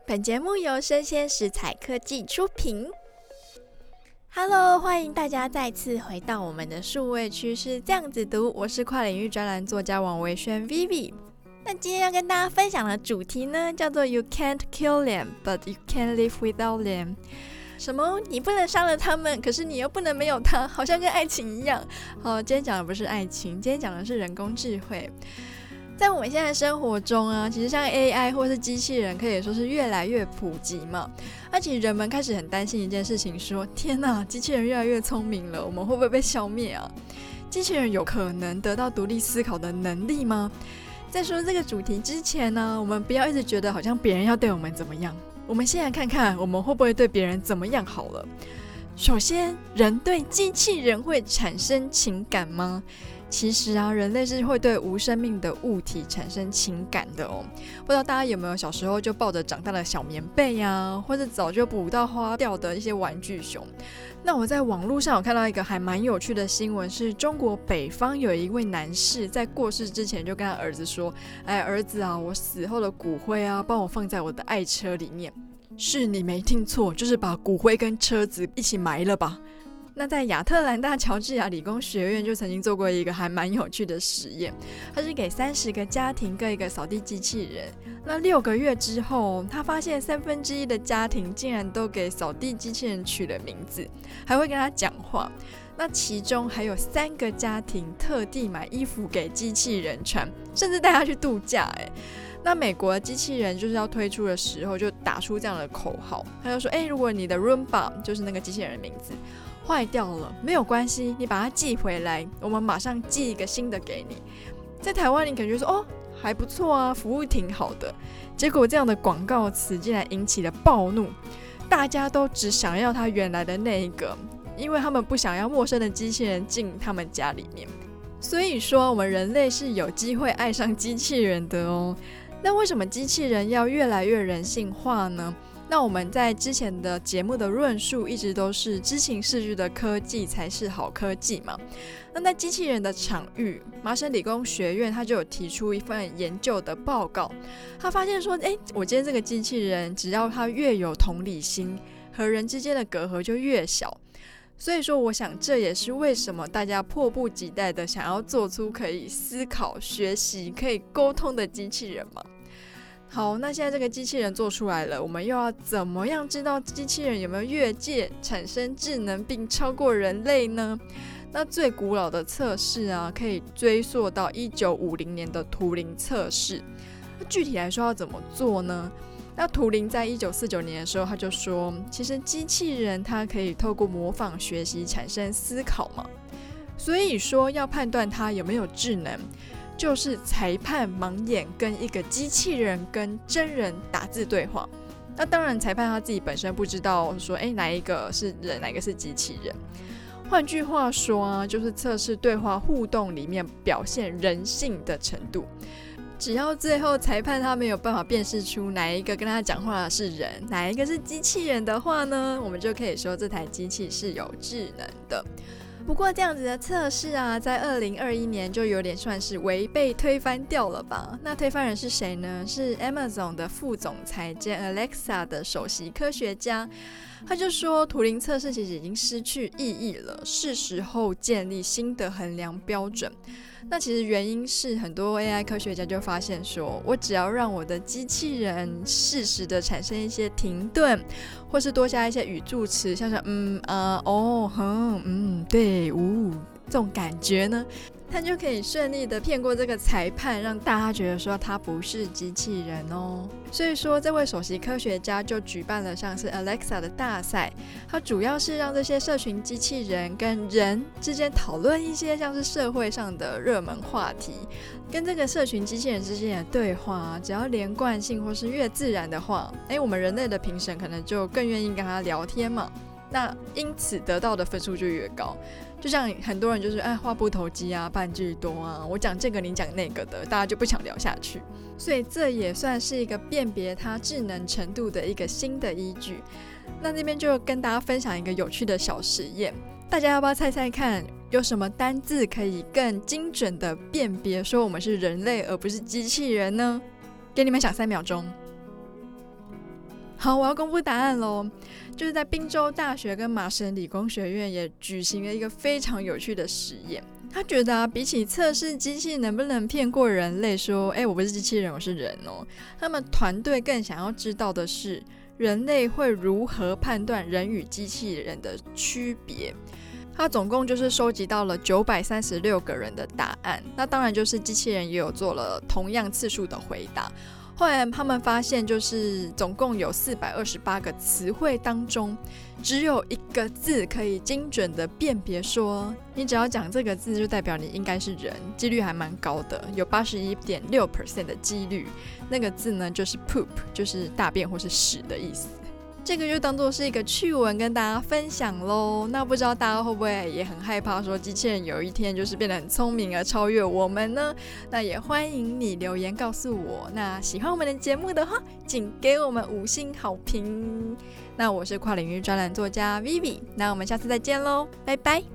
本节目由生鲜食材科技出品。Hello， 欢迎大家再次回到我们的数位趋势这样子读，我是跨领域专栏作家王维轩 Vivi。那今天要跟大家分享的主题呢，叫做 You can't kill them, but you can live without them。什么？你不能杀了他们，可是你又不能没有他，好像跟爱情一样。好，今天讲的不是爱情，今天讲的是人工智慧。在我们现在生活中啊，其实像 AI 或是机器人可以说是越来越普及嘛。那其实人们开始很担心一件事情，说天哪，机器人越来越聪明了，我们会不会被消灭啊？机器人有可能得到独立思考的能力吗？在说这个主题之前呢，我们不要一直觉得好像别人要对我们怎么样，我们先来看看我们会不会对别人怎么样好了。首先，人对机器人会产生情感吗？其实啊，人类是会对无生命的物体产生情感的哦。不知道大家有没有小时候就抱着长大的小棉被啊，或者早就捕到花掉的一些玩具熊。那我在网络上有看到一个还蛮有趣的新闻，是中国北方有一位男士在过世之前就跟他儿子说：哎，儿子啊，我死后的骨灰啊，帮我放在我的爱车里面。是你没听错，就是把骨灰跟车子一起埋了吧。那在亚特兰大乔治亚理工学院就曾经做过一个还蛮有趣的实验，他是给30个家庭各一个扫地机器人。那6个月之后，他发现1/3的家庭竟然都给扫地机器人取了名字，还会跟他讲话。那其中还有3个家庭特地买衣服给机器人穿，甚至带他去度假。那美国的机器人就是要推出的时候就打出这样的口号，他就说如果你的 Roomba 就是那个机器人的名字坏掉了没有关系，你把它寄回来，我们马上寄一个新的给你。在台湾你感觉说还不错啊，服务挺好的，结果这样的广告词竟然引起了暴怒，大家都只想要他原来的那一个，因为他们不想要陌生的机器人进他们家里面。所以说我们人类是有机会爱上机器人的哦。那为什么机器人要越来越人性化呢？那我们在之前的节目的论述一直都是知情识距的科技才是好科技嘛。那在机器人的场域，麻省理工学院他就有提出一份研究的报告，他发现说我今天这个机器人只要它越有同理心，和人之间的隔阂就越小。所以说我想这也是为什么大家迫不及待的想要做出可以思考、学习、可以沟通的机器人嘛。好，那现在这个机器人做出来了，我们又要怎么样知道机器人有没有越界产生智能并超过人类呢？那最古老的测试啊，可以追溯到1950年的图灵测试。那具体来说要怎么做呢？那图灵在1949年的时候他就说，其实机器人它可以透过模仿学习产生思考嘛，所以说要判断它有没有智能，就是裁判盲眼跟一个机器人跟真人打字对话。那当然裁判他自己本身不知道说哪一个是人哪一个是机器人，换句话说啊，就是测试对话互动里面表现人性的程度。只要最后裁判他没有办法辨识出哪一个跟他讲话的是人，哪一个是机器人的话呢，我们就可以说这台机器是有智能的。不过这样子的测试啊，在2021年就有点算是被推翻掉了吧。那推翻人是谁呢？是 Amazon 的副总裁兼 Alexa 的首席科学家。他就说图灵测试其实已经失去意义了，是时候建立新的衡量标准。那其实原因是很多 AI 科学家就发现说，我只要让我的机器人适时的产生一些停顿，或是多加一些语助词，像是对这种感觉呢，他就可以顺利的骗过这个裁判，让大家觉得说他不是机器人哦。所以说这位首席科学家就举办了像是 Alexa 的大赛，他主要是让这些社群机器人跟人之间讨论一些像是社会上的热门话题，跟这个社群机器人之间的对话只要连贯性或是越自然的话，我们人类的评审可能就更愿意跟他聊天嘛，那因此得到的分数就越高。就像很多人就是话不投机啊，半句多啊，我讲这个你讲那个的，大家就不想聊下去。所以这也算是一个辨别它智能程度的一个新的依据。那这边就跟大家分享一个有趣的小实验，大家要不要猜猜看，有什么单字可以更精准的辨别说我们是人类而不是机器人呢？给你们想3秒钟。 好，我要公布答案咯，就是在宾州大学跟麻省理工学院也举行了一个非常有趣的实验。他觉得比起测试机器能不能骗过人类说我不是机器人我是人哦，他们团队更想要知道的是人类会如何判断人与机器人的区别。他总共就是收集到了936个人的答案，那当然就是机器人也有做了同样次数的回答。后来他们发现，就是总共有428个词汇当中，只有一个字可以精准的辨别说你只要讲这个字就代表你应该是人，几率还蛮高的，有 81.6% 的几率。那个字呢就是 poop， 就是大便或是屎的意思。这个就当作是一个趣闻跟大家分享咯。那不知道大家会不会也很害怕说机器人有一天就是变得很聪明而超越我们呢？那也欢迎你留言告诉我。那喜欢我们的节目的话，请给我们5星好评。那我是跨领域专栏作家 Vivi， 那我们下次再见咯，拜拜。